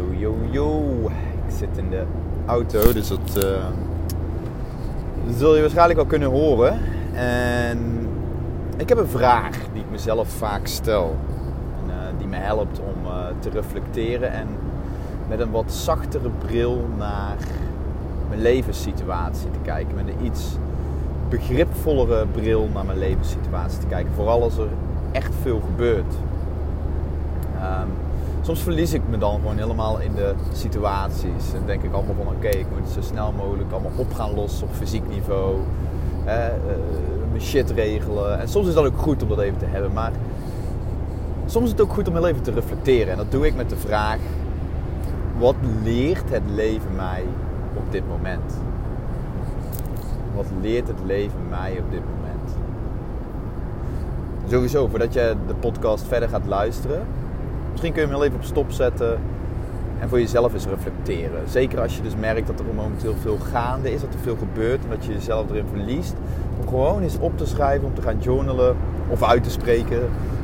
Yo. Ik zit in de auto, dus dat zul je waarschijnlijk wel kunnen horen. En ik heb een vraag die ik mezelf vaak stel. En, die me helpt om te reflecteren en met een wat zachtere bril naar mijn levenssituatie te kijken. Met een iets begripvollere bril naar mijn levenssituatie te kijken. Vooral als er echt veel gebeurt. Soms verlies ik me dan gewoon helemaal in de situaties. En denk ik allemaal van oké, ik moet zo snel mogelijk allemaal op gaan lossen op fysiek niveau. Mijn shit regelen. En soms is dat ook goed om dat even te hebben. Maar soms is het ook goed om heel even te reflecteren. En dat doe ik met de vraag: wat leert het leven mij op dit moment? Wat leert het leven mij op dit moment? Sowieso, voordat je de podcast verder gaat luisteren, misschien kun je hem heel even op stop zetten en voor jezelf eens reflecteren. Zeker als je dus merkt dat er momenteel veel gaande is, dat er veel gebeurt en dat je jezelf erin verliest. Om gewoon eens op te schrijven, om te gaan journalen of uit te spreken.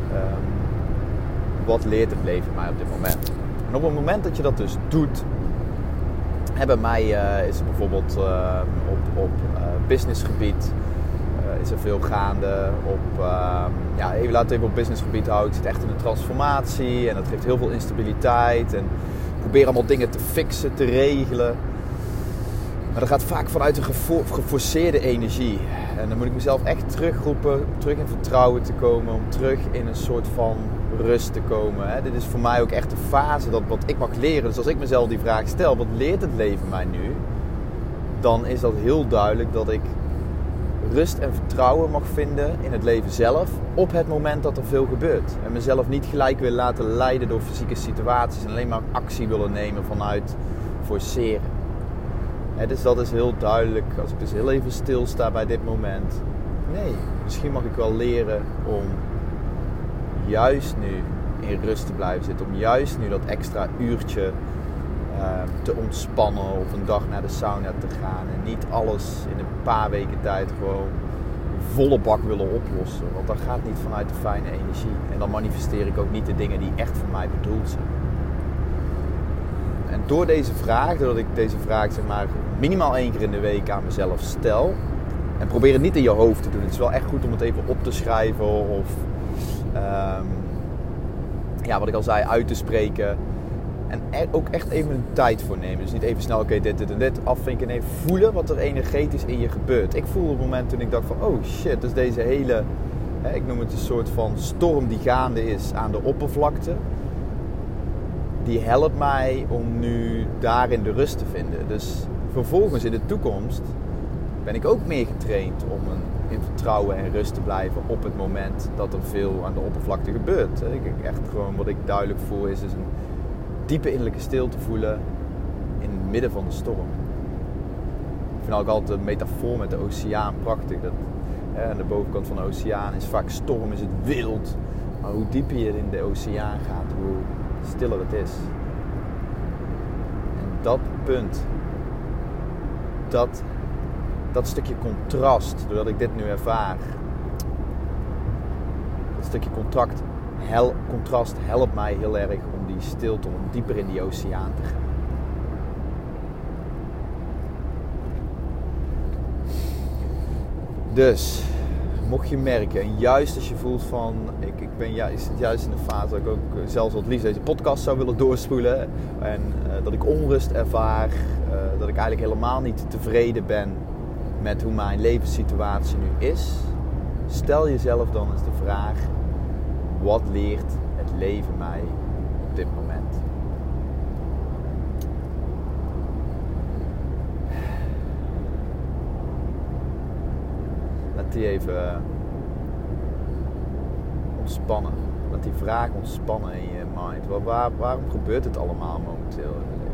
Wat leert het leven mij op dit moment? En op het moment dat je dat dus doet, bij mij is er bijvoorbeeld op businessgebied is er veel gaande. Laten we even op businessgebied houden. Ik zit echt in een transformatie en dat geeft heel veel instabiliteit. En ik probeer allemaal dingen te fixen, te regelen. Maar dat gaat vaak vanuit een geforceerde energie. En dan moet ik mezelf echt terugroepen, terug in vertrouwen te komen, om terug in een soort van rust te komen. Dit is voor mij ook echt een fase wat ik mag leren. Dus als ik mezelf die vraag stel, wat leert het leven mij nu? Dan is dat heel duidelijk dat ik rust en vertrouwen mag vinden in het leven zelf op het moment dat er veel gebeurt. En mezelf niet gelijk wil laten leiden door fysieke situaties en alleen maar actie willen nemen vanuit forceren. Dus dat is heel duidelijk. Als ik dus heel even stilsta bij dit moment. Nee, misschien mag ik wel leren om juist nu in rust te blijven zitten. Om juist nu dat extra uurtje te ontspannen of een dag naar de sauna te gaan. En niet alles in een paar weken tijd gewoon volle bak willen oplossen. Want dat gaat niet vanuit de fijne energie. En dan manifesteer ik ook niet de dingen die echt voor mij bedoeld zijn. En doordat ik deze vraag zeg maar minimaal 1 keer in de week aan mezelf stel. En probeer het niet in je hoofd te doen. Het is wel echt goed om het even op te schrijven of wat ik al zei, uit te spreken. En ook echt even een tijd voor nemen. Dus niet even snel dit en dit afvinken. Nee, voelen wat er energetisch in je gebeurt. Ik voelde op het moment toen ik dacht van oh shit, dus deze hele, ik noem het een soort van storm die gaande is aan de oppervlakte. Die helpt mij om nu daarin de rust te vinden. Dus vervolgens in de toekomst ben ik ook meer getraind om in vertrouwen en rust te blijven op het moment dat er veel aan de oppervlakte gebeurt. Echt gewoon wat ik duidelijk voel is dus een diepe innerlijke stilte voelen in het midden van de storm. Ik vind ook altijd de metafoor met de oceaan prachtig. Dat, aan de bovenkant van de oceaan is vaak storm, is het wild. Maar hoe dieper je in de oceaan gaat, hoe stiller het is. En dat punt, dat stukje contrast, doordat ik dit nu ervaar, dat stukje contrast helpt mij heel erg om die stilte, om dieper in die oceaan te gaan. Dus, mocht je merken, en juist als je voelt van, ik ben juist in de fase dat ik ook zelfs wat liefst deze podcast zou willen doorspoelen. En dat ik onrust ervaar, dat ik eigenlijk helemaal niet tevreden ben met hoe mijn levenssituatie nu is. Stel jezelf dan eens de vraag: wat leert het leven mij op dit moment? Laat die even ontspannen. Laat die vraag ontspannen in je mind. Waarom gebeurt het allemaal momenteel in het leven?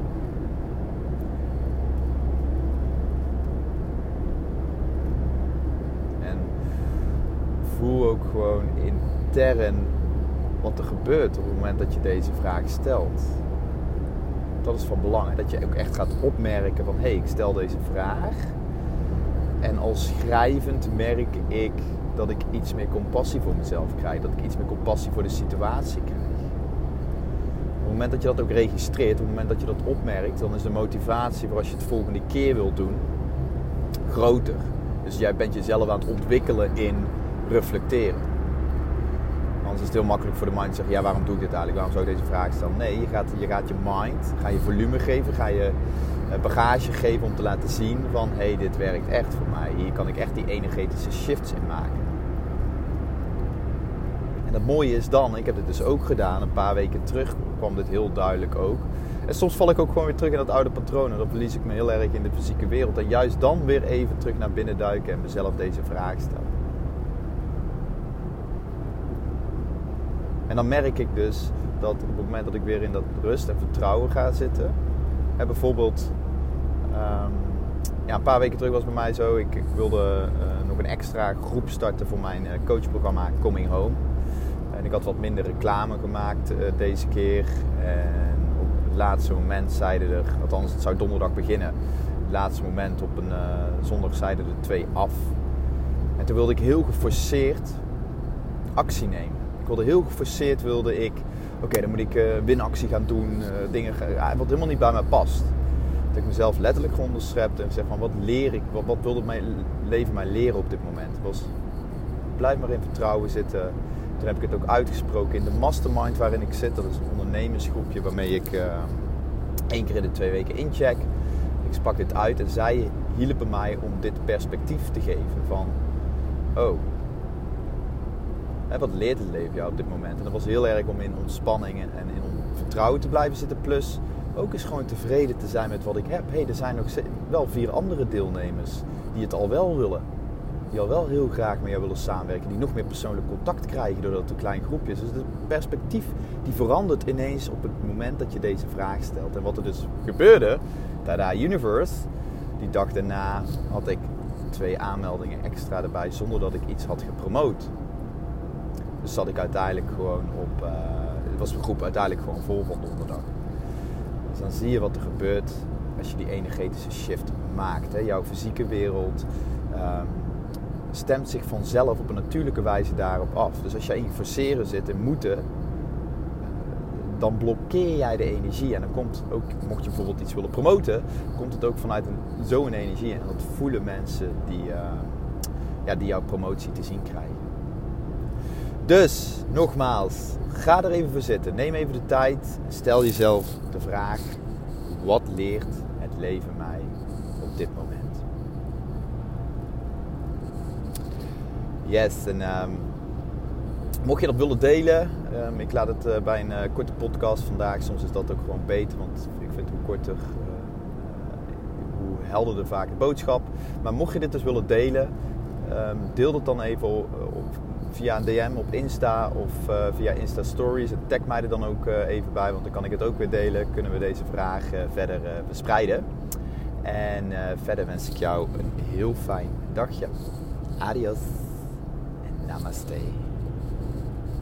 En voel ook gewoon intern wat er gebeurt op het moment dat je deze vraag stelt. Dat is van belang. Dat je ook echt gaat opmerken van ik stel deze vraag. En als schrijvend merk ik dat ik iets meer compassie voor mezelf krijg. Dat ik iets meer compassie voor de situatie krijg. het moment dat je dat ook registreert, op het moment dat je dat opmerkt, dan is de motivatie voor als je het volgende keer wilt doen groter. Dus jij bent jezelf aan het ontwikkelen in reflecteren. Anders is het heel makkelijk voor de mind te zeggen, ja, waarom doe ik dit eigenlijk? Waarom zou ik deze vraag stellen? Nee, je gaat je mind, ga je volume geven, ga je bagage geven om te laten zien van, hey, dit werkt echt voor mij. Hier kan ik echt die energetische shifts in maken. En het mooie is dan, ik heb dit dus ook gedaan, een paar weken terug kwam dit heel duidelijk ook. En soms val ik ook gewoon weer terug in dat oude patroon. En dan verlies ik me heel erg in de fysieke wereld. En juist dan weer even terug naar binnen duiken en mezelf deze vraag stellen. En dan merk ik dus dat op het moment dat ik weer in dat rust en vertrouwen ga zitten. Bijvoorbeeld, een paar weken terug was het bij mij zo. Ik wilde nog een extra groep starten voor mijn coachprogramma Coming Home. En ik had wat minder reclame gemaakt deze keer. En op het laatste moment zeiden er, althans het zou donderdag beginnen. Op het laatste moment op een zondag zeiden er 2 af. En toen wilde ik heel geforceerd actie nemen. Oké, dan moet ik winactie gaan doen. Wat helemaal niet bij mij past. Dat ik mezelf letterlijk gewoon onderschepte en zeg van, wat leer ik? Wat wilde mijn leven mij leren op dit moment? Het was, blijf maar in vertrouwen zitten. Toen heb ik het ook uitgesproken in de mastermind waarin ik zit. Dat is een ondernemersgroepje waarmee ik 1 keer in de 2 weken incheck. Ik sprak dit uit en zij hielpen mij om dit perspectief te geven. Van, wat leert het leven jou op dit moment? En dat was heel erg om in ontspanning en in vertrouwen te blijven zitten. Plus ook eens gewoon tevreden te zijn met wat ik heb. Er zijn nog wel 4 andere deelnemers die het al wel willen. Die al wel heel graag met jou willen samenwerken. Die nog meer persoonlijk contact krijgen doordat het een klein groepje is. Dus het perspectief die verandert ineens op het moment dat je deze vraag stelt. En wat er dus gebeurde, tada universe, die dag daarna had ik 2 aanmeldingen extra erbij zonder dat ik iets had gepromoot. Dus zat ik uiteindelijk gewoon was de groep uiteindelijk gewoon vol van donderdag. Dus dan zie je wat er gebeurt als je die energetische shift maakt. Hè. Jouw fysieke wereld stemt zich vanzelf op een natuurlijke wijze daarop af. Dus als jij in forceren zit en moeten, dan blokkeer jij de energie. En dan komt ook, mocht je bijvoorbeeld iets willen promoten, komt het ook vanuit zo'n energie. En dat voelen mensen die jouw promotie te zien krijgen. Dus, nogmaals, ga er even voor zitten. Neem even de tijd. Stel jezelf de vraag, wat leert het leven mij op dit moment? Yes, en mocht je dat willen delen, ik laat het bij een korte podcast vandaag. Soms is dat ook gewoon beter, want ik vind hoe korter, hoe helderder vaak de boodschap. Maar mocht je dit dus willen delen, deel het dan even via een DM op Insta of via Insta Stories. En tag mij er dan ook even bij, want dan kan ik het ook weer delen. Kunnen we deze vraag verder verspreiden. En verder wens ik jou een heel fijn dagje. Adios en namaste.